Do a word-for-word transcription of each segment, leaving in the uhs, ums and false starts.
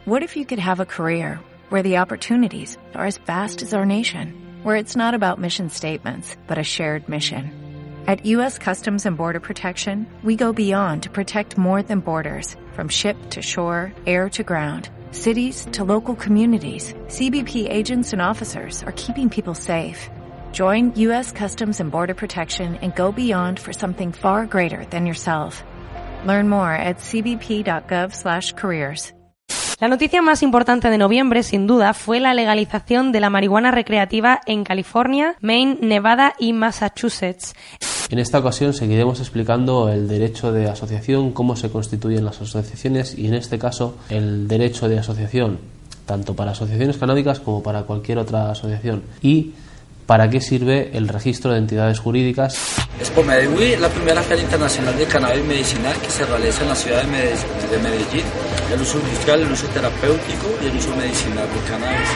What if you could have a career where the opportunities are as vast as our nation, where it's not about mission statements, but a shared mission? At U S Customs and Border Protection, we go beyond to protect more than borders, from ship to shore, air to ground, cities to local communities. C B P agents and officers are keeping people safe. Join U S Customs and Border Protection and go beyond for something far greater than yourself. Learn more at c b p dot gov slash careers. La noticia más importante de noviembre, sin duda, fue la legalización de la marihuana recreativa en California, Maine, Nevada y Massachusetts. En esta ocasión seguiremos explicando el derecho de asociación, cómo se constituyen las asociaciones y, en este caso, el derecho de asociación, tanto para asociaciones canábicas como para cualquier otra asociación, y para qué sirve el registro de entidades jurídicas. Expomedewid es la primera feria internacional de cannabis medicinal que se realiza en la ciudad de Medellín. El uso industrial, el uso terapéutico y el uso medicinal del cannabis.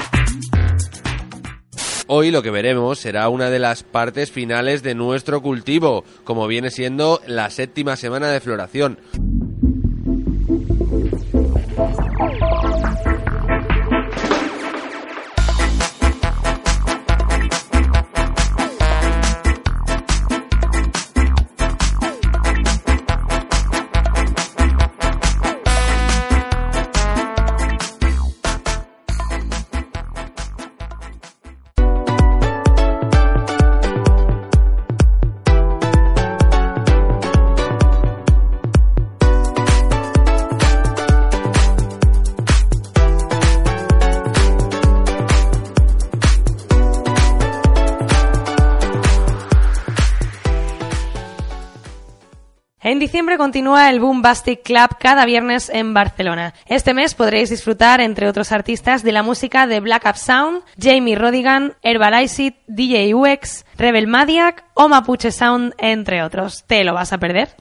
Hoy lo que veremos será una de las partes finales de nuestro cultivo, como viene siendo la séptima semana de floración. En diciembre continúa el Boombastic Club cada viernes en Barcelona. Este mes podréis disfrutar, entre otros artistas, de la música de Black Up Sound, Jamie Rodigan, Herbalized, D J U X, Rebel Madiak o Mapuche Sound, entre otros. ¿Te lo vas a perder?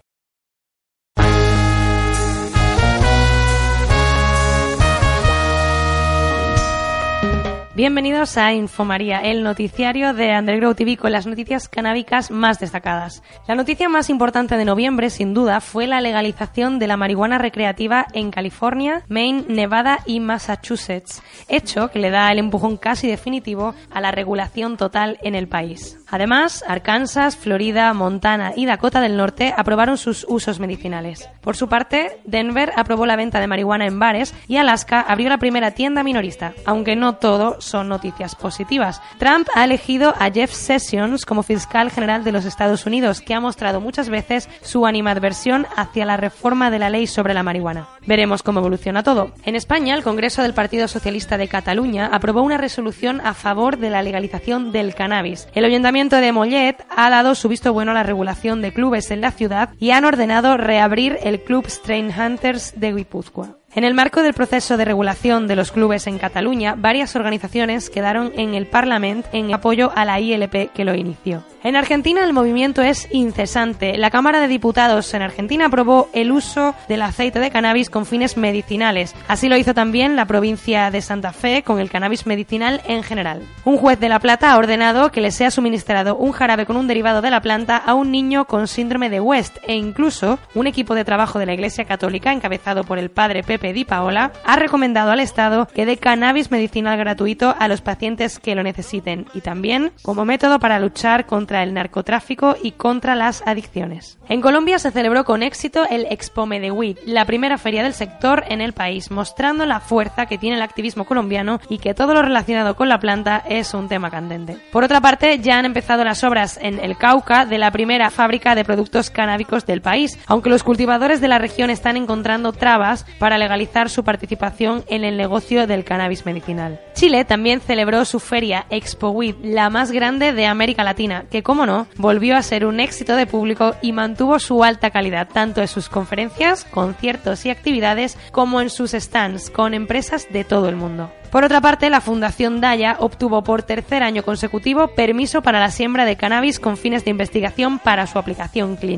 Bienvenidos a Infomaría, el noticiario de Underground T V con las noticias canábicas más destacadas. La noticia más importante de noviembre, sin duda, fue la legalización de la marihuana recreativa en California, Maine, Nevada y Massachusetts, hecho que le da el empujón casi definitivo a la regulación total en el país. Además, Arkansas, Florida, Montana y Dakota del Norte aprobaron sus usos medicinales. Por su parte, Denver aprobó la venta de marihuana en bares y Alaska abrió la primera tienda minorista, aunque no todo son noticias positivas. Trump ha elegido a Jeff Sessions como fiscal general de los Estados Unidos, que ha mostrado muchas veces su animadversión hacia la reforma de la ley sobre la marihuana. Veremos cómo evoluciona todo. En España, el Congreso del Partido Socialista de Cataluña aprobó una resolución a favor de la legalización del cannabis. El Ayuntamiento de Mollet ha dado su visto bueno a la regulación de clubes en la ciudad y han ordenado reabrir el Club Strain Hunters de Guipúzcoa. En el marco del proceso de regulación de los clubes en Cataluña, varias organizaciones quedaron en el Parlamento en apoyo a la I L P que lo inició. En Argentina el movimiento es incesante. La Cámara de Diputados en Argentina aprobó el uso del aceite de cannabis con fines medicinales. Así lo hizo también la provincia de Santa Fe con el cannabis medicinal en general. Un juez de La Plata ha ordenado que le sea suministrado un jarabe con un derivado de la planta a un niño con síndrome de West, e incluso un equipo de trabajo de la Iglesia Católica encabezado por el padre Pepe Di Paola ha recomendado al Estado que dé cannabis medicinal gratuito a los pacientes que lo necesiten, y también como método para luchar contra el narcotráfico y contra las adicciones. En Colombia se celebró con éxito el Expomedewid, la primera feria del sector en el país, mostrando la fuerza que tiene el activismo colombiano y que todo lo relacionado con la planta es un tema candente. Por otra parte, ya han empezado las obras en el Cauca de la primera fábrica de productos canábicos del país, aunque los cultivadores de la región están encontrando trabas para legalizar su participación en el negocio del cannabis medicinal. Chile también celebró su feria ExpoWeed, la más grande de América Latina, que, como no, volvió a ser un éxito de público y mantuvo su alta calidad tanto en sus conferencias, conciertos y actividades como en sus stands con empresas de todo el mundo. Por otra parte, la Fundación Daya obtuvo por tercer año consecutivo permiso para la siembra de cannabis con fines de investigación para su aplicación clínica.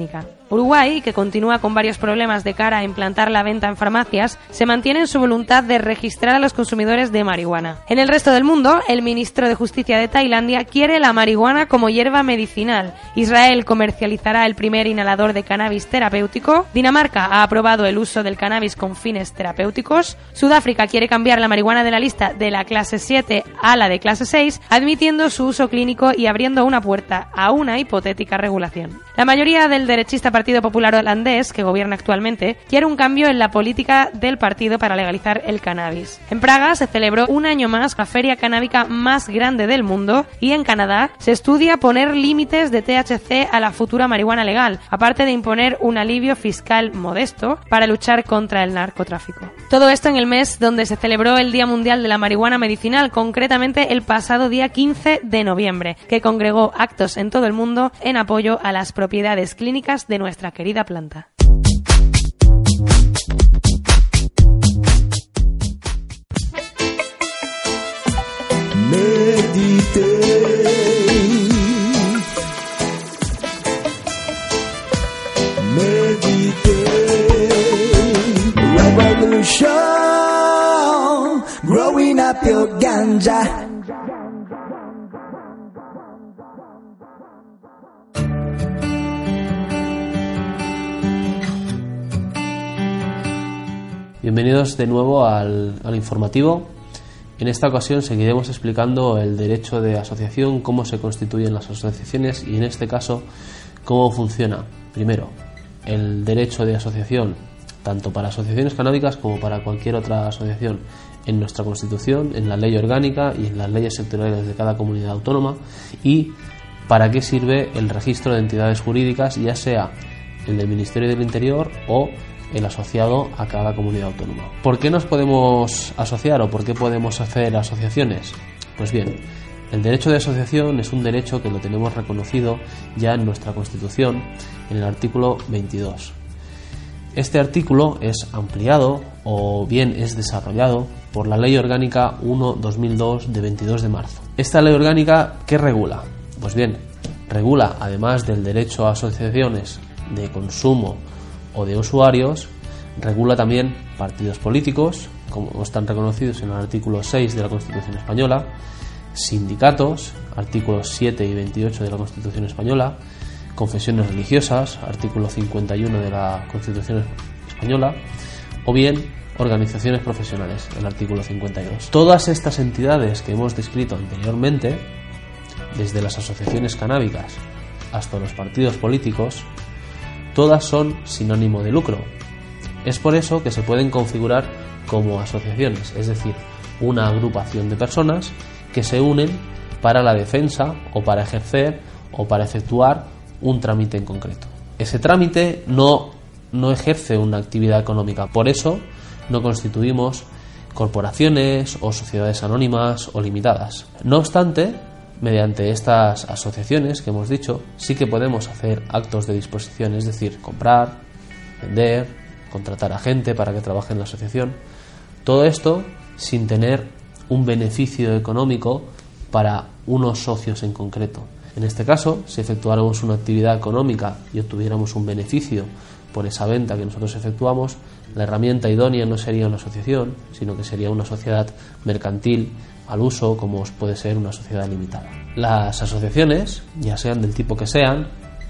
Uruguay, que continúa con varios problemas de cara a implantar la venta en farmacias, se mantiene en su voluntad de registrar a los consumidores de marihuana. En el resto del mundo, el ministro de Justicia de Tailandia quiere la marihuana como hierba medicinal. Israel comercializará el primer inhalador de cannabis terapéutico. Dinamarca ha aprobado el uso del cannabis con fines terapéuticos. Sudáfrica quiere cambiar la marihuana de la lista de la clase siete a la de clase seis, admitiendo su uso clínico y abriendo una puerta a una hipotética regulación. La mayoría del derechista Partido Popular holandés, que gobierna actualmente, quiere un cambio en la política del partido para legalizar el cannabis. En Praga se celebró un año más la feria canábica más grande del mundo y en Canadá se estudia poner límites de T H C a la futura marihuana legal, aparte de imponer un alivio fiscal modesto para luchar contra el narcotráfico. Todo esto en el mes donde se celebró el Día Mundial de la Marihuana Medicinal, concretamente el pasado día quince de noviembre, que congregó actos en todo el mundo en apoyo a las propiedades clínicas de nuestra querida planta. Meditate, meditate, revolution, growing up your ganja. Bienvenidos de nuevo al, al informativo. En esta ocasión seguiremos explicando el derecho de asociación, cómo se constituyen las asociaciones y en este caso cómo funciona. Primero, el derecho de asociación, tanto para asociaciones canábicas como para cualquier otra asociación, en nuestra Constitución, en la ley orgánica y en las leyes sectoriales de cada comunidad autónoma, y para qué sirve el registro de entidades jurídicas, ya sea el del Ministerio del Interior o el asociado a cada comunidad autónoma. ¿Por qué nos podemos asociar o por qué podemos hacer asociaciones? Pues bien, el derecho de asociación es un derecho que lo tenemos reconocido ya en nuestra Constitución, en el artículo veintidós. Este artículo es ampliado o bien es desarrollado por la Ley Orgánica uno barra dos mil dos de veintidós de marzo. ¿Esta ley orgánica qué regula? Pues bien, regula, además del derecho a asociaciones de consumo o de usuarios, regula también partidos políticos, como están reconocidos en el artículo seis de la Constitución Española, sindicatos, artículos siete y veintiocho de la Constitución Española, confesiones religiosas, artículo cincuenta y uno de la Constitución Española, o bien organizaciones profesionales, el artículo cincuenta y dos. Todas estas entidades que hemos descrito anteriormente, desde las asociaciones canábicas hasta los partidos políticos, todas son sin ánimo de lucro. Es por eso que se pueden configurar como asociaciones, es decir, una agrupación de personas que se unen para la defensa o para ejercer o para efectuar un trámite en concreto. Ese trámite no, no ejerce una actividad económica, por eso no constituimos corporaciones o sociedades anónimas o limitadas. No obstante, mediante estas asociaciones que hemos dicho, sí que podemos hacer actos de disposición, es decir, comprar, vender, contratar a gente para que trabaje en la asociación. Todo esto sin tener un beneficio económico para unos socios en concreto. En este caso, si efectuáramos una actividad económica y obtuviéramos un beneficio por esa venta que nosotros efectuamos, la herramienta idónea no sería una asociación, sino que sería una sociedad mercantil al uso, como puede ser una sociedad limitada. Las asociaciones, ya sean del tipo que sean,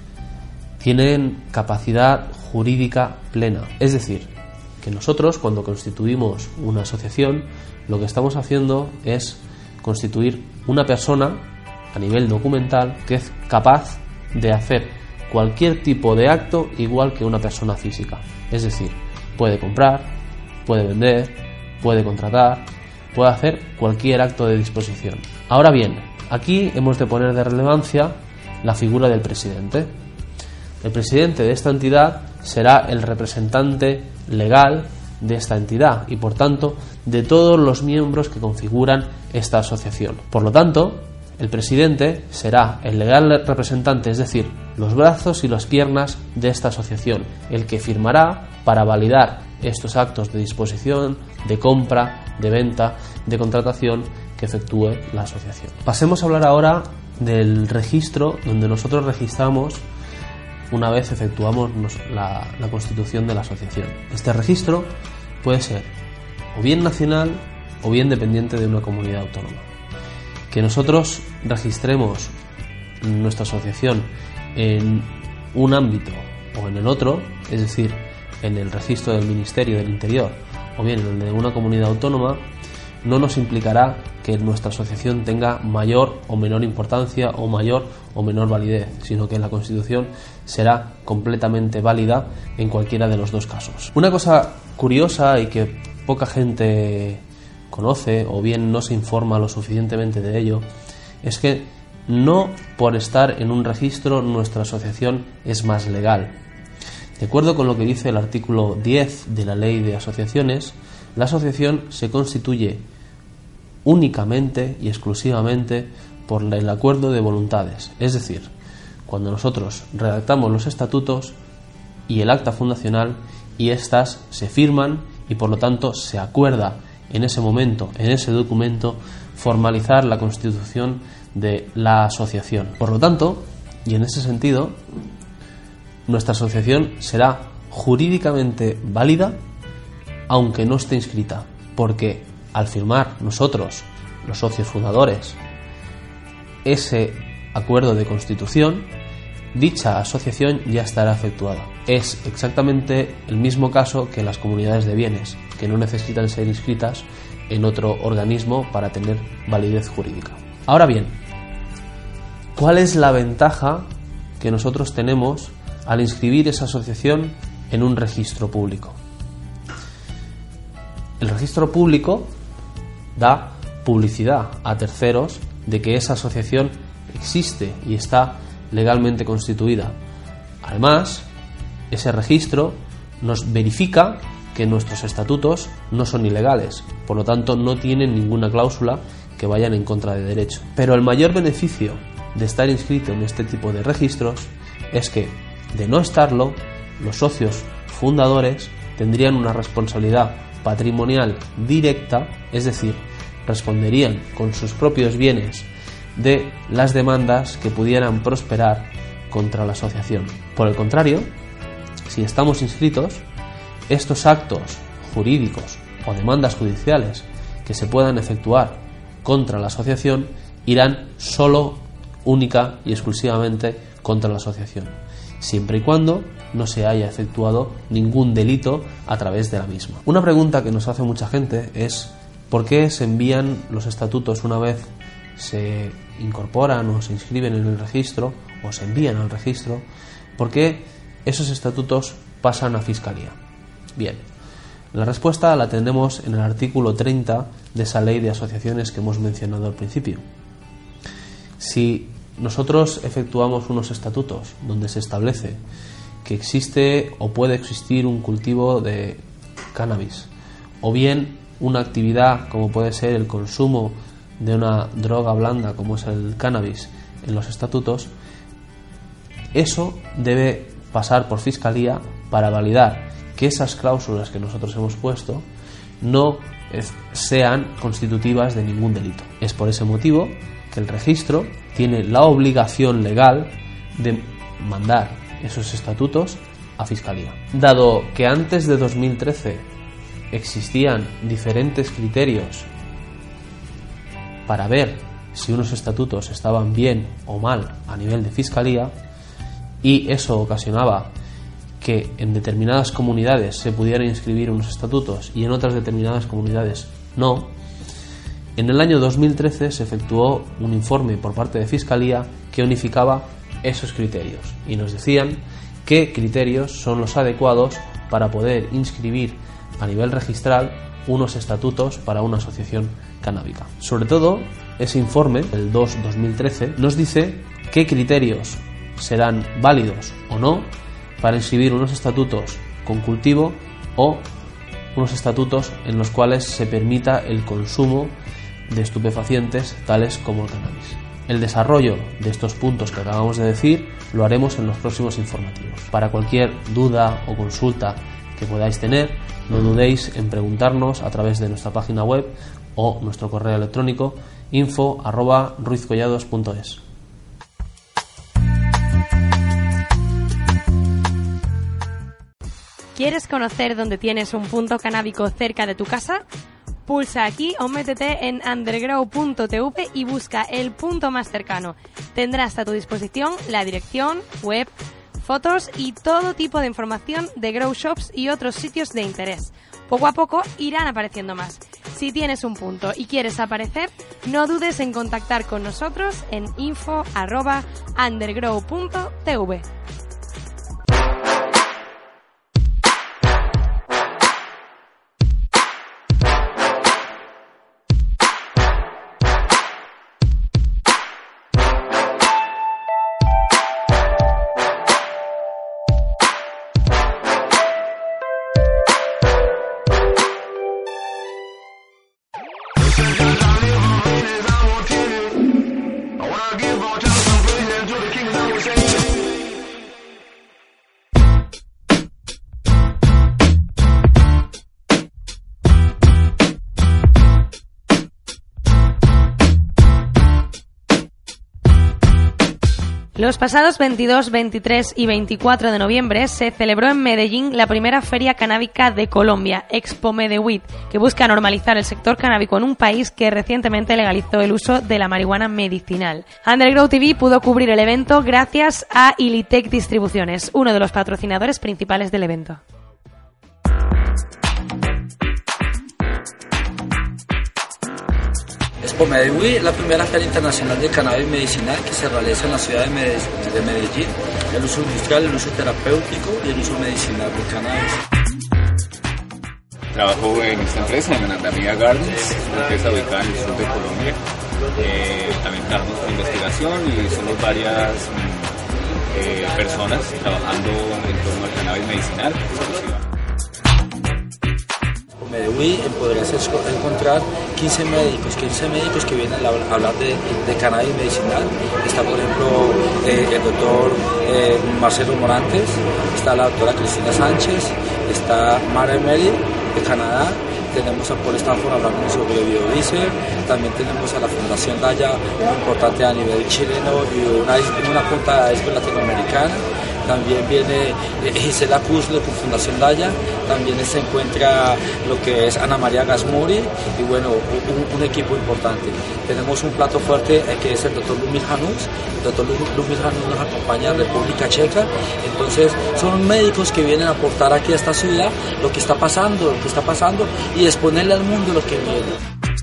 tienen capacidad jurídica plena. Es decir, que nosotros, cuando constituimos una asociación, lo que estamos haciendo es constituir una persona a nivel documental que es capaz de hacer cualquier tipo de acto igual que una persona física. Es decir, puede comprar, puede vender, puede contratar, puede hacer cualquier acto de disposición. Ahora bien, aquí hemos de poner de relevancia la figura del presidente. El presidente de esta entidad será el representante legal de esta entidad y, por tanto, de todos los miembros que configuran esta asociación. Por lo tanto, el presidente será el legal representante, es decir, los brazos y las piernas de esta asociación, el que firmará para validar estos actos de disposición, de compra, de venta, de contratación que efectúe la asociación. Pasemos a hablar ahora del registro, donde nosotros registramos una vez efectuamos la, la constitución de la asociación. Este registro puede ser o bien nacional o bien dependiente de una comunidad autónoma. Que nosotros registremos nuestra asociación en un ámbito o en el otro, es decir, en el registro del Ministerio del Interior o bien en el de una comunidad autónoma, no nos implicará que nuestra asociación tenga mayor o menor importancia o mayor o menor validez, sino que la Constitución será completamente válida en cualquiera de los dos casos. Una cosa curiosa y que poca gente conoce o bien no se informa lo suficientemente de ello es que no por estar en un registro nuestra asociación es más legal. De acuerdo con lo que dice el artículo diez de la Ley de Asociaciones, la asociación se constituye únicamente y exclusivamente por el acuerdo de voluntades, es decir, cuando nosotros redactamos los estatutos y el acta fundacional y éstas se firman y por lo tanto se acuerda en ese momento, en ese documento, formalizar la constitución de la asociación. Por lo tanto, y en ese sentido, nuestra asociación será jurídicamente válida aunque no esté inscrita, porque al firmar nosotros, los socios fundadores, ese acuerdo de constitución, dicha asociación ya estará efectuada. Es exactamente el mismo caso que las comunidades de bienes, que no necesitan ser inscritas en otro organismo para tener validez jurídica. Ahora bien, ¿cuál es la ventaja que nosotros tenemos al inscribir esa asociación en un registro público? El registro público da publicidad a terceros de que esa asociación existe y está legalmente constituida. Además, ese registro nos verifica que nuestros estatutos no son ilegales, por lo tanto no tienen ninguna cláusula que vayan en contra de derecho. Pero el mayor beneficio de estar inscrito en este tipo de registros es que, de no estarlo, los socios fundadores tendrían una responsabilidad patrimonial directa, es decir, responderían con sus propios bienes de las demandas que pudieran prosperar contra la asociación. Por el contrario, si estamos inscritos, estos actos jurídicos o demandas judiciales que se puedan efectuar contra la asociación irán solo, única y exclusivamente contra la asociación, siempre y cuando no se haya efectuado ningún delito a través de la misma. Una pregunta que nos hace mucha gente es ¿por qué se envían los estatutos una vez se incorporan o se inscriben en el registro o se envían al registro? ¿Por qué esos estatutos pasan a Fiscalía? Bien, la respuesta la tendremos en el artículo treinta de esa ley de asociaciones que hemos mencionado al principio. Si nosotros efectuamos unos estatutos donde se establece que existe o puede existir un cultivo de cannabis o bien una actividad como puede ser el consumo de una droga blanda como es el cannabis en los estatutos, eso debe pasar por Fiscalía para validar que esas cláusulas que nosotros hemos puesto no sean constitutivas de ningún delito. Es por ese motivo que el registro tiene la obligación legal de mandar esos estatutos a Fiscalía. Dado que antes de dos mil trece existían diferentes criterios para ver si unos estatutos estaban bien o mal a nivel de Fiscalía, y eso ocasionaba que en determinadas comunidades se pudieran inscribir unos estatutos y en otras determinadas comunidades no, en el año dos mil trece se efectuó un informe por parte de Fiscalía que unificaba esos criterios y nos decían qué criterios son los adecuados para poder inscribir a nivel registral unos estatutos para una asociación canábica. Sobre todo, ese informe, el dos barra dos mil trece, nos dice qué criterios serán válidos o no para inscribir unos estatutos con cultivo o unos estatutos en los cuales se permita el consumo de estupefacientes tales como el cannabis. El desarrollo de estos puntos que acabamos de decir lo haremos en los próximos informativos. Para cualquier duda o consulta que podáis tener, no dudéis en preguntarnos a través de nuestra página web o nuestro correo electrónico info arroba ruizcollados punto es. ¿Quieres conocer dónde tienes un punto canábico cerca de tu casa? Pulsa aquí o métete en undergrow punto t v y busca el punto más cercano. Tendrás a tu disposición la dirección, web, fotos y todo tipo de información de grow shops y otros sitios de interés. Poco a poco irán apareciendo más. Si tienes un punto y quieres aparecer, no dudes en contactar con nosotros en info arroba undergrow punto t v. Los pasados veintidós, veintitrés y veinticuatro de noviembre se celebró en Medellín la primera feria canábica de Colombia, Expo Medeweed, que busca normalizar el sector canábico en un país que recientemente legalizó el uso de la marihuana medicinal. Undergrow T V pudo cubrir el evento gracias a Ilitec Distribuciones, uno de los patrocinadores principales del evento. Expo Medeweed es la primera feria internacional de cannabis medicinal que se realiza en la ciudad de Medellín. El uso industrial, el uso terapéutico y el uso medicinal del cannabis. Trabajo en esta empresa, en Anandamia Gardens, una empresa ubicada en el sur de Colombia. Eh, también trabajamos con investigación y somos varias eh, personas trabajando en torno al cannabis medicinal. Medeweed podrás encontrar quince médicos, quince médicos que vienen a hablar de, de cannabis medicinal. Está, por ejemplo, eh, el doctor eh, Marcelo Morantes, está la doctora Cristina Sánchez, está Mara Emery de Canadá, tenemos a Paul Stanford hablando sobre biodiesel, también tenemos a la Fundación Daya, muy importante a nivel chileno y una, una punta de iceberg latinoamericana. También viene Gisela Kuzle con Fundación Daya, también se encuentra lo que es Ana María Gasmuri y bueno, un, un equipo importante. Tenemos un plato fuerte que es el doctor Lumil Hanus, el doctor Lumil Hanus nos acompaña de República Checa, entonces son médicos que vienen a aportar aquí a esta ciudad lo que está pasando, lo que está pasando y exponerle al mundo lo que viene.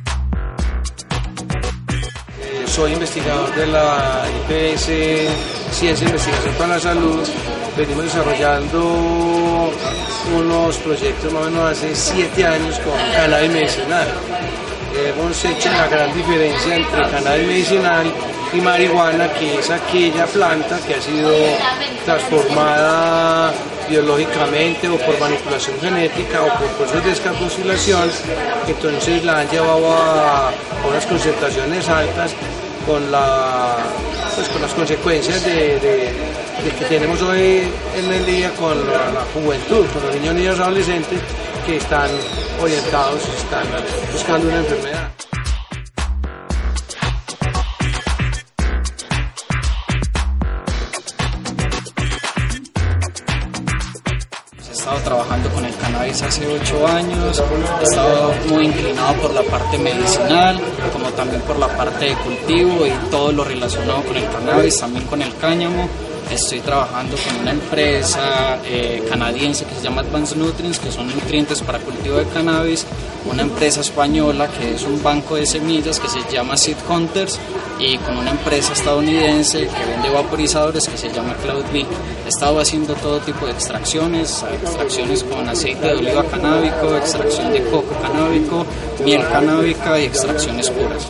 Soy investigador de la I P S Ciencia e Investigación para la Salud. Venimos desarrollando unos proyectos más o menos hace siete años con cannabis medicinal. Hemos hecho la gran diferencia entre cannabis medicinal y marihuana, que es aquella planta que ha sido transformada biológicamente o por manipulación genética o por procesos de descarboxilación, entonces la han llevado a, a unas concentraciones altas con, la, pues con las consecuencias de, de, de que tenemos hoy en el día con la, la juventud, con los niños y niños adolescentes que están orientados, están buscando una enfermedad. He estado trabajando con el cannabis hace ocho años, he estado muy inclinado por la parte medicinal, como también por la parte de cultivo y todo lo relacionado con el cannabis, también con el cáñamo. Estoy trabajando con una empresa eh, canadiense que se llama Advanced Nutrients, que son nutrientes para cultivo de cannabis, una empresa española que es un banco de semillas que se llama Seed Hunters, y con una empresa estadounidense que vende vaporizadores que se llama Cloud Bee. He estado haciendo todo tipo de extracciones, extracciones con aceite de oliva canábico, extracción de coco canábico, miel canábica y extracciones puras.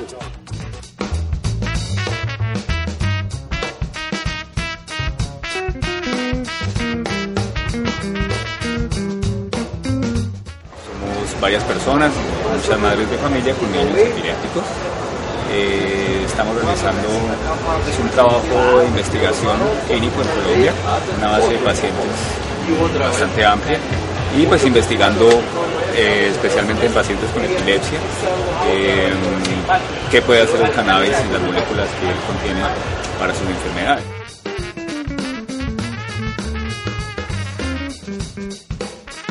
Varias personas, muchas madres de familia con niños epilépticos. Eh, estamos realizando pues, un trabajo de investigación clínico en Colombia, una base de pacientes bastante amplia y pues investigando eh, especialmente en pacientes con epilepsia eh, qué puede hacer el cannabis y las moléculas que él contiene para sus enfermedades.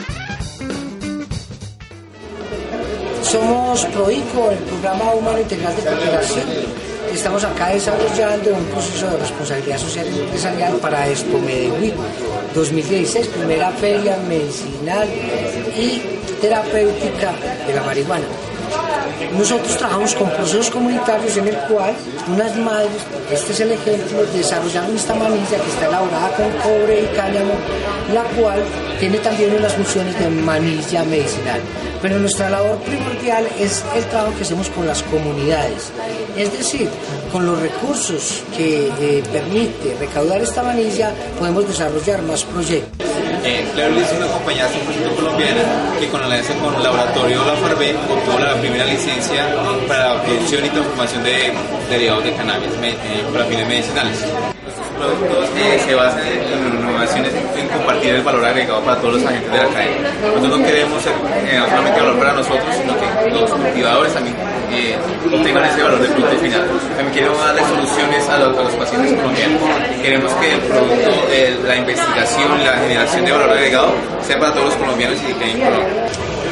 somos PROICO, el Programa Humano Integral de Cooperación. Estamos acá desarrollando un proceso de responsabilidad social y empresarial para Expo Medellín dos mil dieciséis, primera feria medicinal y terapéutica de la marihuana. Nosotros trabajamos con procesos comunitarios en el cual unas madres, este es el ejemplo, desarrollaron esta manilla que está elaborada con cobre y cáñamo, la cual tiene también unas funciones de manilla medicinal. Pero nuestra labor primordial es el trabajo que hacemos con las comunidades, es decir, con los recursos que eh, permite recaudar esta manilla podemos desarrollar más proyectos. Eh, Cleverly es una compañía cien por ciento colombiana que con alianza con el laboratorio La Farbe obtuvo la primera licencia para la producción y transformación de derivados de cannabis me, eh, para fines medicinales. Estos productos eh, se basan en innovaciones en compartir el valor agregado para todos los agentes de la cadena. Nosotros no queremos ser, eh, no solamente valor para nosotros, sino que los cultivadores también eh, obtengan ese valor del producto final. También queremos darle soluciones a los, a los pacientes colombianos. Queremos que el producto, eh, la investigación y la generación de valor agregado sea para todos los colombianos y que en Colombia.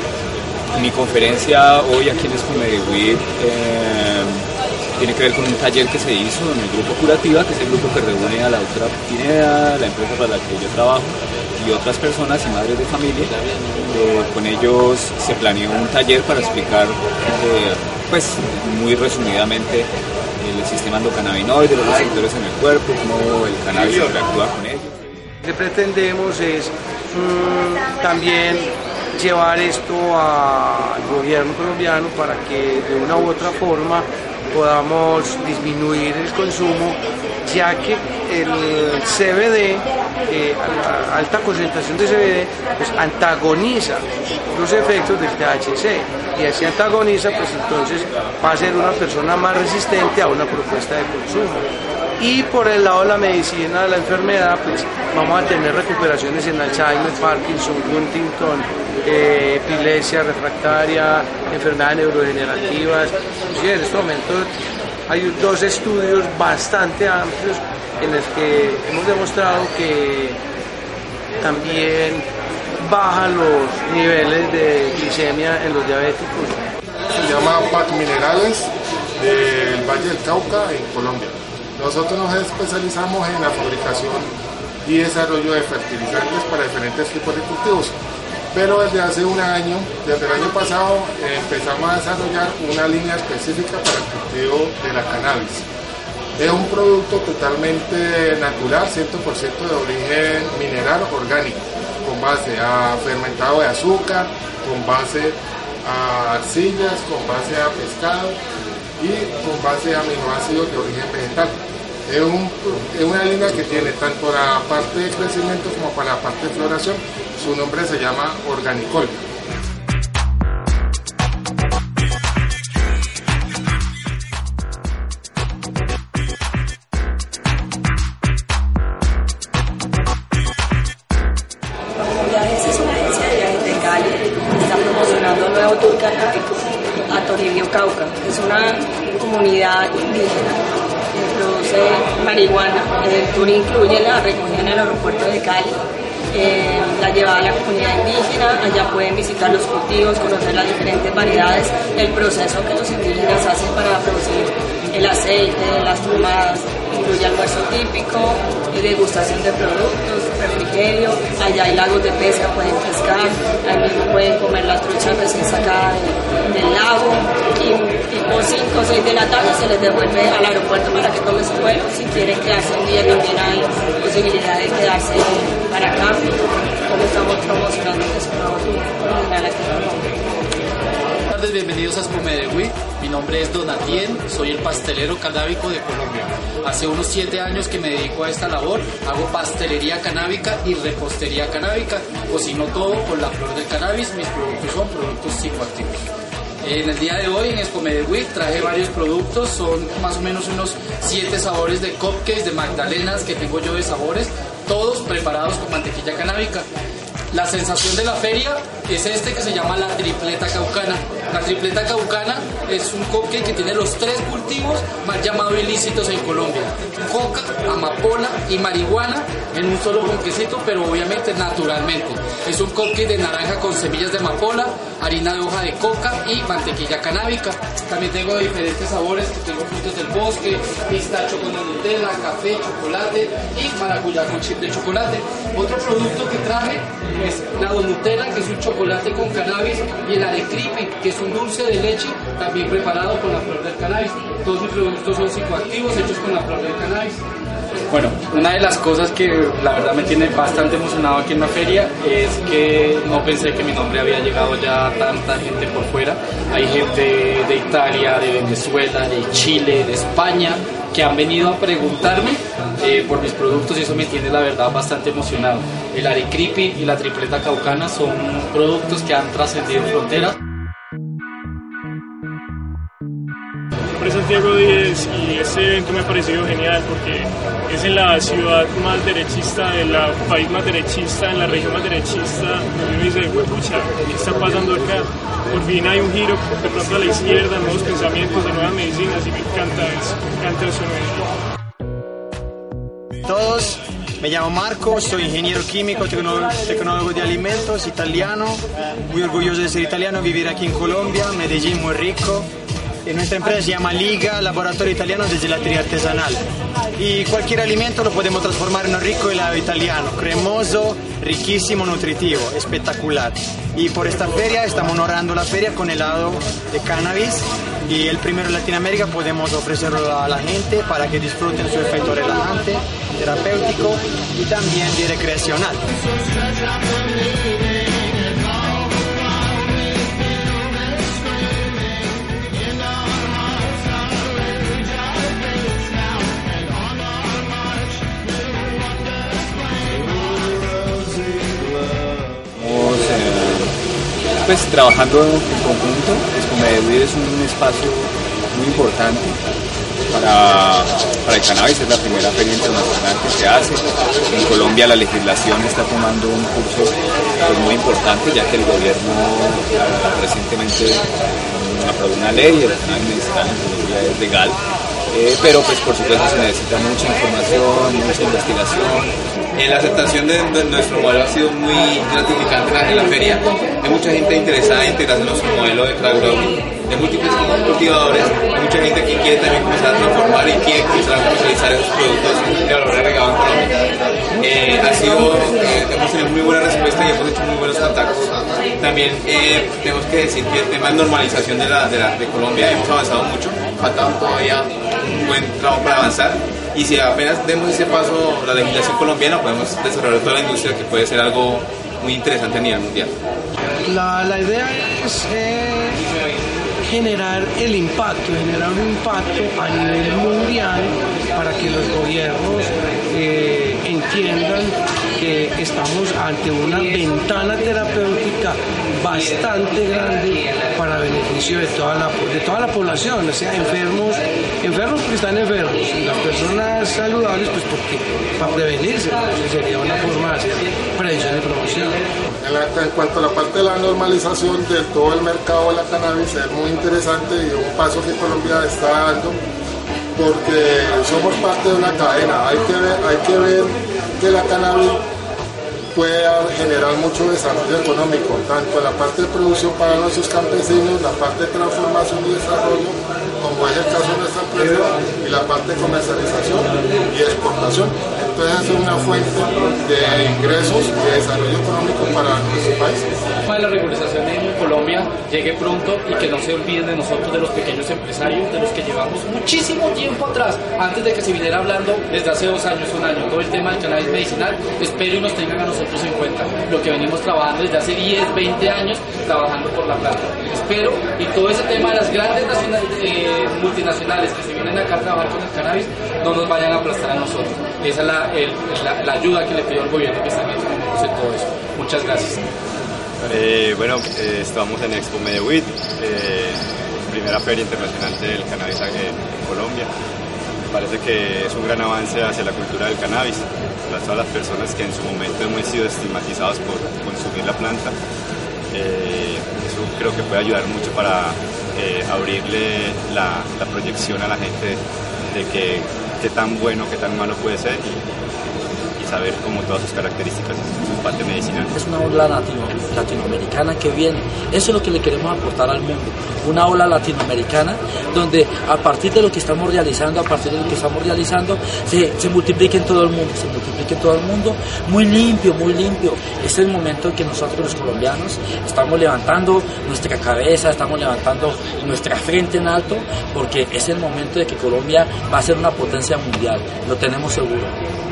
Mi conferencia hoy aquí en Expo Medellín eh, tiene que ver con un taller que se hizo en el Grupo Curativa, que es el grupo que reúne a la doctora Pineda, la empresa para la que yo trabajo, y otras personas y madres de familia. Eh, con ellos se planeó un taller para explicar, eh, pues muy resumidamente, el sistema endocannabinoide, los receptores en el cuerpo, cómo el cannabis interactúa con ellos. Lo que pretendemos es mmm, también llevar esto al gobierno colombiano para que de una u otra forma podamos disminuir el consumo, ya que el C B D, eh, a la alta concentración de C B D, pues antagoniza los efectos del T H C, y así antagoniza, pues entonces va a ser una persona más resistente a una propuesta de consumo. Y por el lado de la medicina de la enfermedad, pues vamos a tener recuperaciones en Alzheimer, Parkinson, Huntington, eh, epilepsia refractaria, enfermedades neurodegenerativas. En este momento hay dos estudios bastante amplios en los que hemos demostrado que también bajan los niveles de glicemia en los diabéticos. Se llama P A C Minerales del Valle del Cauca en Colombia. Nosotros nos especializamos en la fabricación y desarrollo de fertilizantes para diferentes tipos de cultivos, pero desde hace un año, desde el año pasado, eh, empezamos a desarrollar una línea específica para el cultivo de la cannabis. Es un producto totalmente natural, cien por ciento de origen mineral orgánico, con base a fermentado de azúcar, con base a arcillas, con base a pescado y con base a aminoácidos de origen vegetal. Es, un, es una línea que tiene tanto la parte de crecimiento como para la parte de floración. Su nombre se llama Organicol. Viajes es una agencia de viajes de Cali que está promocionando el nuevo tour canábico a Toribio, Cauca. Es una comunidad indígena que produce marihuana. El tour incluye la recogida en el aeropuerto de Cali, eh, la llevada a la comunidad indígena. Allá pueden visitar los cultivos, conocer las diferentes variedades, el proceso que los indígenas hacen para producir el aceite, las pomadas. Incluye almuerzo típico y degustación de productos, refrigerio. Allá hay lagos de pesca, pueden pescar, ahí mismo pueden comer las truchas recién sacadas del, del lago, y tipo cinco o seis de la tarde se les devuelve al aeropuerto para que tomen su vuelo. Si quieren quedarse un día también hay posibilidad de quedarse para acá, como estamos promocionando que es un nuevo tour original aquí en Colombia. Buenas tardes, bienvenidos a Expo Medellín. Mi nombre es Donatien, soy el pastelero canábico de Colombia. Hace unos siete años que me dedico a esta labor, hago pastelería canábica y repostería canábica, cocino todo con la flor del cannabis, mis productos son productos psicoactivos. En el día de hoy en Expo Medellín traje varios productos, son más o menos unos siete sabores de cupcakes, de magdalenas que tengo yo de sabores, todos preparados con mantequilla canábica. La sensación de la feria es este que se llama la tripleta caucana. La tripleta caucana es un cupcake que tiene los tres cultivos más llamados ilícitos en Colombia: coca, amapola y marihuana en un solo ponquecito, pero obviamente naturalmente. Es un cupcake de naranja con semillas de amapola, harina de hoja de coca y mantequilla canábica. También tengo diferentes sabores, tengo frutos del bosque, pistacho con Nutella, café, chocolate y maracuyá con chip de chocolate. Otro producto que traje es la Donutella, que es un chocolate con cannabis, y el arecreepy, que es un dulce de leche también preparado con la flor del cannabis. Todos mis productos son psicoactivos hechos con la flor del cannabis. Bueno, una de las cosas que la verdad me tiene bastante emocionado aquí en la feria es que no pensé que mi nombre había llegado ya a tanta gente por fuera. Hay gente de Italia, de Venezuela, de Chile, de España, que han venido a preguntarme eh, por mis productos, y eso me tiene la verdad bastante emocionado. El arecreepy y la tripleta caucana son productos que han trascendido fronteras. Mi nombre es Santiago Díez y este evento me ha parecido genial porque es en la ciudad más derechista, en el país más derechista, en la región más derechista, donde uno dice, pucha, ¿qué está pasando acá? Por fin hay un giro de pronto a la izquierda, nuevos pensamientos, de nuevas medicinas, y me encanta eso, me encanta eso en Medellín. Todos, me llamo Marco, soy ingeniero químico, tecnólogo, tecnólogo de alimentos, italiano, muy orgulloso de ser italiano, vivir aquí en Colombia, Medellín muy rico. Nuestra empresa se llama Liga, Laboratorio Italiano de Gelatería Artesanal. Y cualquier alimento lo podemos transformar en un rico helado italiano, cremoso, riquísimo, nutritivo, espectacular. Y por esta feria estamos honorando la feria con helado de cannabis. Y el primero en Latinoamérica podemos ofrecerlo a la gente para que disfruten su efecto relajante, terapéutico y también de recreacional. Pues trabajando en conjunto, Expomedewid es un espacio muy importante para, para el cannabis. Es la primera feria internacional que se hace. En Colombia la legislación está tomando un curso pues, muy importante, ya que el gobierno uh, recientemente aprobó una ley, el cannabis medicinal en Colombia es legal. Eh, pero pues por supuesto se necesita mucha información, mucha investigación. Eh, la aceptación de, de nuestro modelo ha sido muy gratificante en la feria. Hay mucha gente interesada en integrarse en nuestro modelo de crack growing, de múltiples cultivadores, hay mucha gente que quiere también comenzar a transformar y quiere comenzar a comercializar esos productos de valor agregado en Colombia. Eh, ha sido, eh, hemos tenido muy buena respuesta y hemos hecho muy buenos contactos. También eh, tenemos que decir que el tema de normalización de, la, de, la, de Colombia hemos avanzado mucho, falta todavía un buen trabajo para avanzar. Y si apenas demos ese paso, la legislación colombiana, podemos desarrollar toda la industria, que puede ser algo muy interesante a nivel mundial. La, la idea es eh, generar el impacto, generar un impacto a nivel mundial para que los gobiernos eh, entiendan que estamos ante una ventana terapéutica bastante grande para beneficio de toda la, de toda la población, o sea, enfermos, enfermos porque están enfermos, y las personas saludables pues porque para prevenirse, entonces sería una forma de hacer prevención y promoción. En, la, en cuanto a la parte de la normalización de todo el mercado de la cannabis, es muy interesante y un paso que Colombia está dando, porque somos parte de una cadena. Hay que ver, hay que ver que la cannabis puede generar mucho desarrollo económico, tanto en la parte de producción para nuestros campesinos, la parte de transformación y desarrollo, como es el caso de nuestra empresa, y la parte de comercialización y exportación. Entonces es una fuente de ingresos y de desarrollo económico para nuestro país. De la regularización en Colombia llegue pronto y que no se olviden de nosotros, de los pequeños empresarios, de los que llevamos muchísimo tiempo atrás, antes de que se viniera hablando desde hace dos años, un año, todo el tema del cannabis medicinal. Espero y nos tengan a nosotros en cuenta, lo que venimos trabajando desde hace diez, veinte años, trabajando por la planta. Espero, y todo ese tema de las grandes eh, multinacionales que se vienen acá a trabajar con el cannabis, no nos vayan a aplastar a nosotros. Esa es la, el, la, la ayuda que le pido al gobierno, que están metiendo en todo eso. Muchas gracias. Eh, bueno, eh, estamos en Expomedewid, eh, primera feria internacional del cannabis en Colombia. Me parece que es un gran avance hacia la cultura del cannabis, para todas las personas que en su momento hemos sido estigmatizados por consumir la planta. Eh, es creo que puede ayudar mucho para eh, abrirle la, la proyección a la gente de que qué tan bueno, qué tan malo puede ser y, y saber como todas sus características, su parte medicinal. Es una ola latino, latinoamericana que viene, eso es lo que le queremos aportar al mundo, una ola latinoamericana donde a partir de lo que estamos realizando, a partir de lo que estamos realizando, se, se multiplique en todo el mundo, se multiplique en todo el mundo, muy limpio, muy limpio. Es el momento en que nosotros los colombianos estamos levantando nuestra cabeza, estamos levantando nuestra frente en alto, porque es el momento de que Colombia va a ser una potencia mundial, lo tenemos seguro.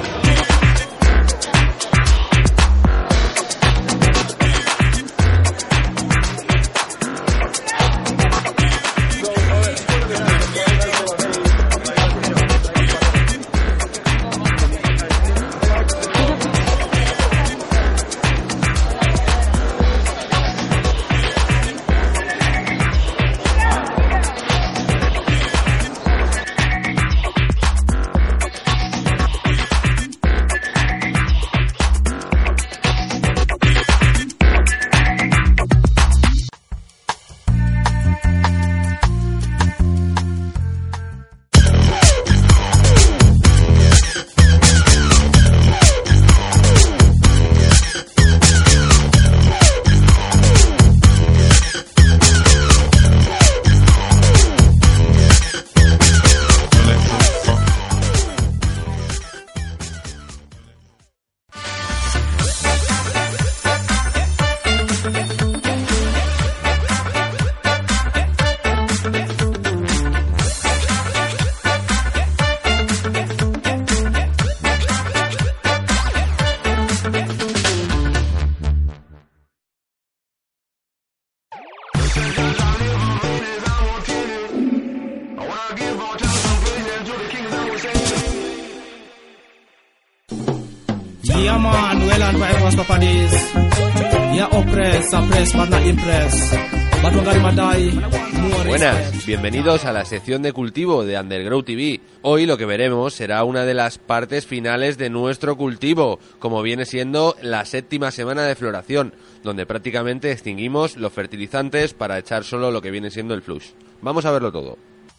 Yeah man, well and right was Papa days. Yeah oppressed, suppressed but not impressed. But when God die, more Buenas, bienvenidos a la sección de cultivo de Underground T V. Hoy lo que veremos será una de las partes finales de nuestro cultivo, como viene siendo la séptima semana de floración, donde prácticamente extinguimos los fertilizantes para echar solo lo que viene siendo el flush. Vamos a verlo todo.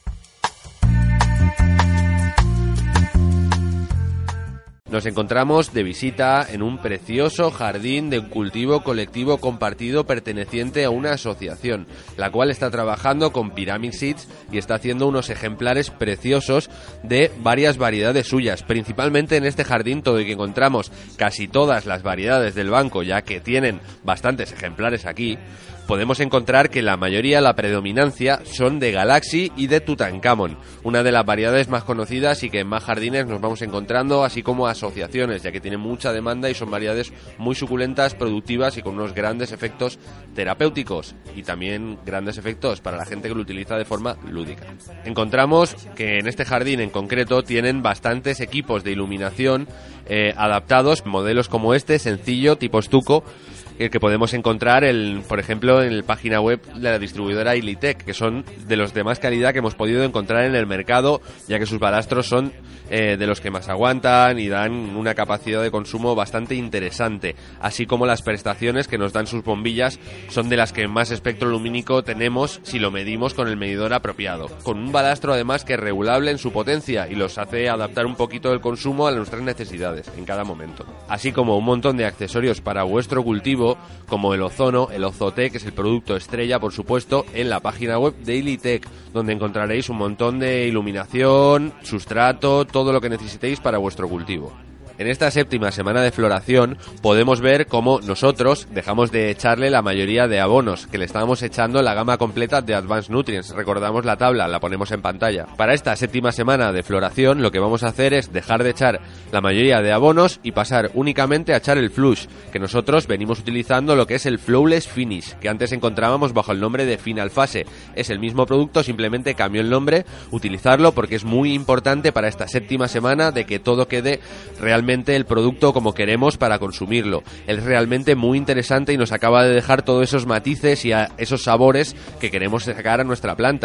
Nos encontramos de visita en un precioso jardín de un cultivo colectivo compartido perteneciente a una asociación, la cual está trabajando con Pyramid Seeds y está haciendo unos ejemplares preciosos de varias variedades suyas. Principalmente en este jardín todo y que encontramos casi todas las variedades del banco, ya que tienen bastantes ejemplares aquí, podemos encontrar que la mayoría, la predominancia, son de Galaxy y de Tutankamón, una de las variedades más conocidas y que en más jardines nos vamos encontrando, así como asociaciones, ya que tienen mucha demanda y son variedades muy suculentas, productivas y con unos grandes efectos terapéuticos y también grandes efectos para la gente que lo utiliza de forma lúdica. Encontramos que en este jardín en concreto tienen bastantes equipos de iluminación eh, adaptados, modelos como este, sencillo, tipo estuco, el que podemos encontrar, el, por ejemplo, en la página web de la distribuidora Ilitech, que son de los de más calidad que hemos podido encontrar en el mercado, ya que sus balastros son eh, de los que más aguantan y dan una capacidad de consumo bastante interesante, así como las prestaciones que nos dan sus bombillas son de las que más espectro lumínico tenemos si lo medimos con el medidor apropiado, con un balastro además que es regulable en su potencia y los hace adaptar un poquito el consumo a nuestras necesidades en cada momento, así como un montón de accesorios para vuestro cultivo, como el ozono, el Ozote, que es el producto estrella, por supuesto, en la página web de Ilitech, donde encontraréis un montón de iluminación, sustrato, todo lo que necesitéis para vuestro cultivo. En esta séptima semana de floración podemos ver cómo nosotros dejamos de echarle la mayoría de abonos, que le estábamos echando la gama completa de Advanced Nutrients. Recordamos la tabla, la ponemos en pantalla. Para esta séptima semana de floración lo que vamos a hacer es dejar de echar la mayoría de abonos y pasar únicamente a echar el flush, que nosotros venimos utilizando lo que es el Flawless Finish, que antes encontrábamos bajo el nombre de Final Phase. Es el mismo producto, simplemente cambió el nombre, utilizarlo porque es muy importante para esta séptima semana de que todo quede realmente el producto como queremos para consumirlo. Es realmente muy interesante y nos acaba de dejar todos esos matices y a esos sabores que queremos sacar a nuestra planta.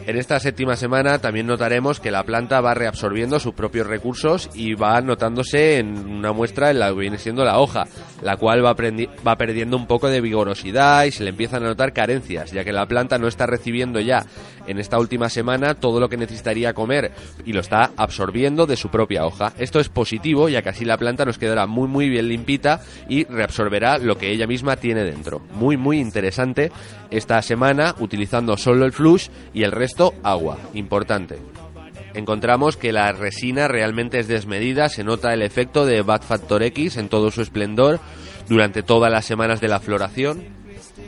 En esta séptima semana también notaremos que la planta va reabsorbiendo sus propios recursos y va notándose en una muestra en la que viene siendo la hoja, la cual va, prendi- va perdiendo un poco de vigorosidad y se le empiezan a notar carencias, ya que la planta no está recibiendo ya en esta última semana todo lo que necesitaría comer y lo está absorbiendo de su propia hoja. Esto es positivo, ya que así la planta nos quedará muy muy bien limpita y reabsorberá lo que ella misma tiene dentro. Muy muy interesante esta semana, utilizando solo el flush y el resto agua, importante. Encontramos que la resina realmente es desmedida, se nota el efecto de Bad Factor X en todo su esplendor durante todas las semanas de la floración.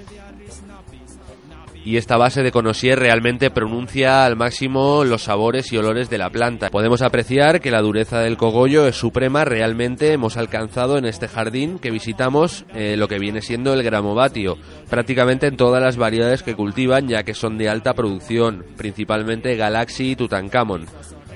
Y esta base de Conosier realmente pronuncia al máximo los sabores y olores de la planta. Podemos apreciar que la dureza del cogollo es suprema. Realmente hemos alcanzado en este jardín que visitamos eh, lo que viene siendo el gramobatio, prácticamente en todas las variedades que cultivan, ya que son de alta producción, principalmente Galaxy y Tutankamón.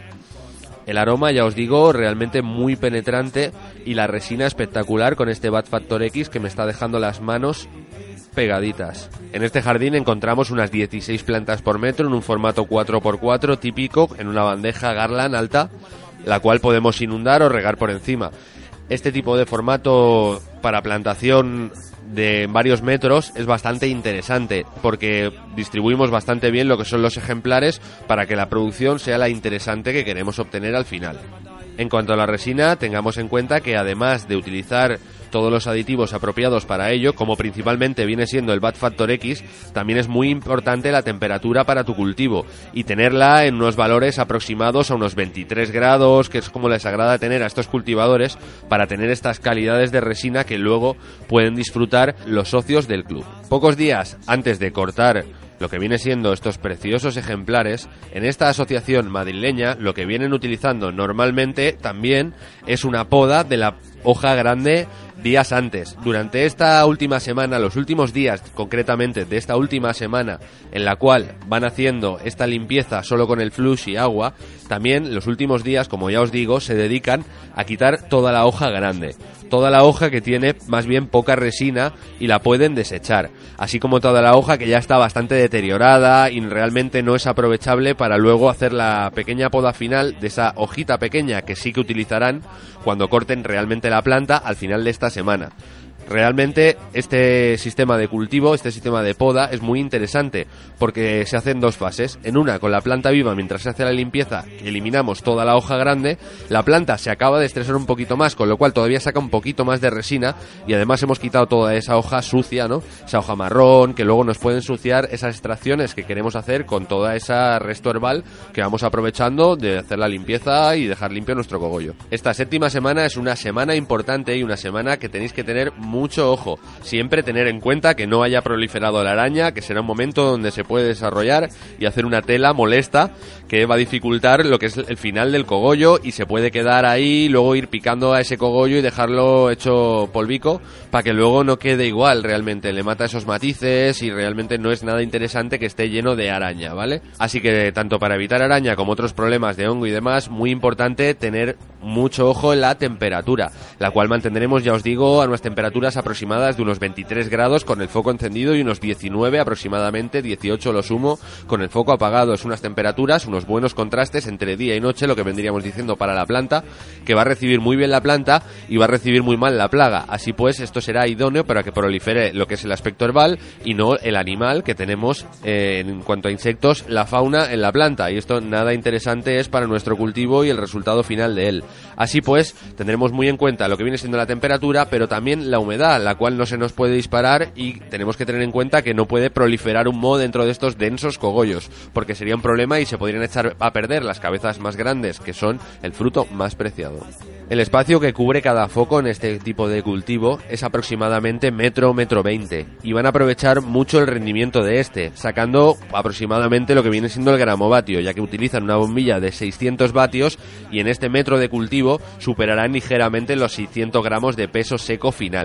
El aroma, ya os digo, realmente muy penetrante y la resina espectacular con este Bad Factor X que me está dejando las manos pegaditas. En este jardín encontramos unas dieciséis plantas por metro en un formato cuatro por cuatro típico en una bandeja Garland alta, la cual podemos inundar o regar por encima. Este tipo de formato para plantación de varios metros es bastante interesante porque distribuimos bastante bien lo que son los ejemplares para que la producción sea la interesante que queremos obtener al final. En cuanto a la resina, tengamos en cuenta que además de utilizar todos los aditivos apropiados para ello, como principalmente viene siendo el Bad Factor X, también es muy importante la temperatura para tu cultivo y tenerla en unos valores aproximados a unos veintitrés grados, que es como les agrada tener a estos cultivadores para tener estas calidades de resina que luego pueden disfrutar los socios del club. Pocos días antes de cortar lo que viene siendo estos preciosos ejemplares, en esta asociación madrileña lo que vienen utilizando normalmente también es una poda de la hoja grande días antes. Durante esta última semana, los últimos días concretamente de esta última semana en la cual van haciendo esta limpieza solo con el flush y agua, también los últimos días, como ya os digo, se dedican a quitar toda la hoja grande, toda la hoja que tiene más bien poca resina y la pueden desechar, así como toda la hoja que ya está bastante deteriorada y realmente no es aprovechable para luego hacer la pequeña poda final de esa hojita pequeña que sí que utilizarán cuando corten realmente la planta al final de esta semana. Realmente este sistema de cultivo, este sistema de poda es muy interesante porque se hace en dos fases. En una, con la planta viva, mientras se hace la limpieza, eliminamos toda la hoja grande, la planta se acaba de estresar un poquito más, con lo cual todavía saca un poquito más de resina y además hemos quitado toda esa hoja sucia, ¿no? Esa hoja marrón que luego nos puede ensuciar esas extracciones que queremos hacer con toda esa resto herbal que vamos aprovechando de hacer la limpieza y dejar limpio nuestro cogollo. Esta séptima semana es una semana importante y una semana que tenéis que tener muy mucho ojo, siempre tener en cuenta que no haya proliferado la araña, que será un momento donde se puede desarrollar y hacer una tela molesta que va a dificultar lo que es el final del cogollo y se puede quedar ahí, luego ir picando a ese cogollo y dejarlo hecho polvico para que luego no quede igual, realmente le mata esos matices y realmente no es nada interesante que esté lleno de araña, ¿vale? Así que tanto para evitar araña como otros problemas de hongo y demás, muy importante tener mucho ojo en la temperatura, la cual mantendremos, ya os digo, a unas temperaturas aproximadas de unos veintitrés grados con el foco encendido y unos diecinueve aproximadamente, dieciocho lo sumo, con el foco apagado. Es unas temperaturas, unos buenos contrastes entre día y noche, lo que vendríamos diciendo para la planta, que va a recibir muy bien la planta y va a recibir muy mal la plaga. Así pues, esto será idóneo para que prolifere lo que es el aspecto herbal y no el animal que tenemos eh, en cuanto a insectos, la fauna en la planta. Y esto nada interesante es para nuestro cultivo y el resultado final de él. Así pues, tendremos muy en cuenta lo que viene siendo la temperatura, pero también la humedad, la cual no se nos puede disparar y tenemos que tener en cuenta que no puede proliferar un moho dentro de estos densos cogollos, porque sería un problema y se podrían echar a perder las cabezas más grandes, que son el fruto más preciado. El espacio que cubre cada foco en este tipo de cultivo es aproximadamente metro, metro veinte, y van a aprovechar mucho el rendimiento de este, sacando aproximadamente lo que viene siendo el gramovatio, ya que utilizan una bombilla de seiscientos vatios y en este metro de cultivo superarán ligeramente los seiscientos gramos de peso seco final.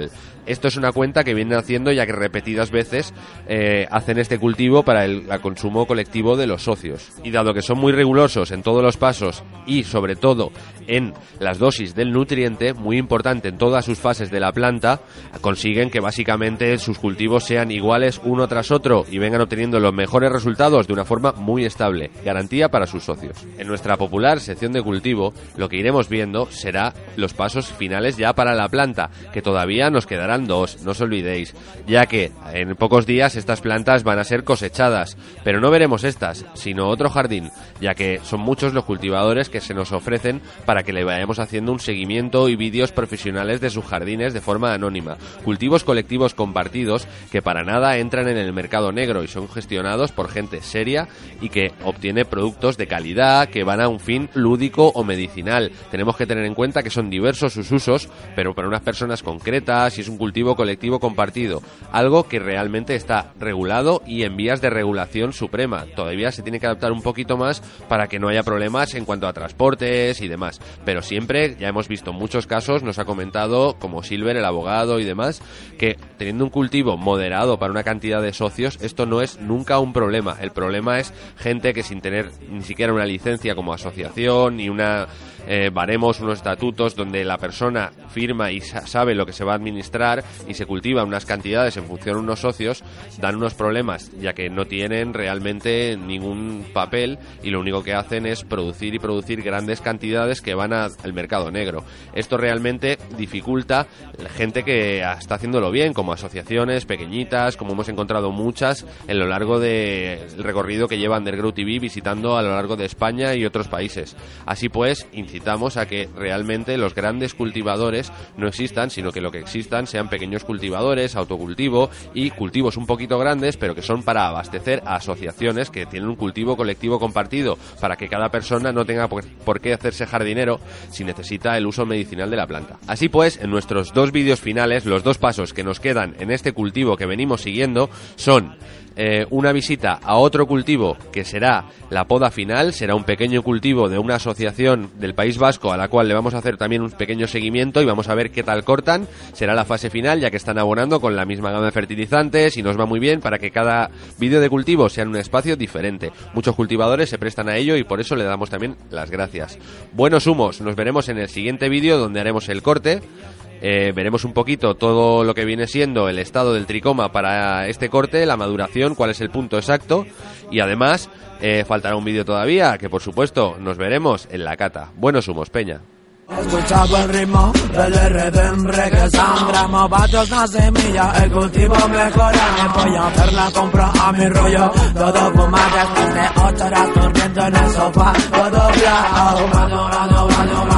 Esto es una cuenta que vienen haciendo ya que repetidas veces eh, hacen este cultivo para el, el consumo colectivo de los socios. Y dado que son muy rigurosos en todos los pasos y sobre todo en las dosis del nutriente, muy importante en todas sus fases de la planta, consiguen que básicamente sus cultivos sean iguales uno tras otro y vengan obteniendo los mejores resultados de una forma muy estable. Garantía para sus socios. En nuestra popular sección de cultivo, lo que iremos viendo será los pasos finales ya para la planta, que todavía nos quedarán dos, no os olvidéis, ya que en pocos días estas plantas van a ser cosechadas, pero no veremos estas, sino otro jardín, ya que son muchos los cultivadores que se nos ofrecen para que le vayamos haciendo un seguimiento y vídeos profesionales de sus jardines de forma anónima, cultivos colectivos compartidos que para nada entran en el mercado negro y son gestionados por gente seria y que obtiene productos de calidad que van a un fin lúdico o medicinal. Tenemos que tener en cuenta que son diversos sus usos, pero para unas personas concretas y es un cultivo colectivo compartido, algo que realmente está regulado y en vías de regulación suprema. Todavía se tiene que adaptar un poquito más para que no haya problemas en cuanto a transportes y demás, pero siempre, ya hemos visto muchos casos, nos ha comentado, como Silver, el abogado y demás, que teniendo un cultivo moderado para una cantidad de socios, esto no es nunca un problema. El problema es gente que sin tener ni siquiera una licencia como asociación ni una eh, baremos, unos estatutos donde la persona firma y sa- sabe lo que se va a administrar y se cultiva unas cantidades en función de unos socios, dan unos problemas ya que no tienen realmente ningún papel y lo único que hacen es producir y producir grandes cantidades que van a, al mercado negro. Esto realmente dificulta la gente que está haciéndolo bien, como asociaciones pequeñitas, como hemos encontrado muchas en lo largo del recorrido que lleva Undergrow T V visitando a lo largo de España y otros países. Así pues, incitamos a que realmente los grandes cultivadores no existan, sino que lo que existan sean pequeños cultivadores, autocultivo y cultivos un poquito grandes, pero que son para abastecer a asociaciones que tienen un cultivo colectivo compartido, para que cada persona no tenga por, por qué hacerse jardinero si necesita el uso medicinal de la planta. Así pues, en nuestros dos vídeos finales, los dos pasos que nos quedan en este cultivo que venimos siguiendo son Eh, una visita a otro cultivo que será la poda final, será un pequeño cultivo de una asociación del País Vasco a la cual le vamos a hacer también un pequeño seguimiento y vamos a ver qué tal cortan. Será la fase final, ya que están abonando con la misma gama de fertilizantes y nos va muy bien para que cada vídeo de cultivo sea en un espacio diferente. Muchos cultivadores se prestan a ello y por eso le damos también las gracias. Buenos humos, nos veremos en el siguiente vídeo donde haremos el corte. Eh, veremos un poquito todo lo que viene siendo el estado del tricoma para este corte, la maduración, cuál es el punto exacto y además eh, faltará un vídeo todavía que por supuesto nos veremos en la cata. Buenos humos, peña. Escuchaba el ritmo del R D M que sangra, mavachos una semilla, el cultivo mejora. Voy a hacer la compra a mi rollo, todo fumar después de ocho horas durmiendo en el sofá, todo blanco, fumando, fumando, fumando.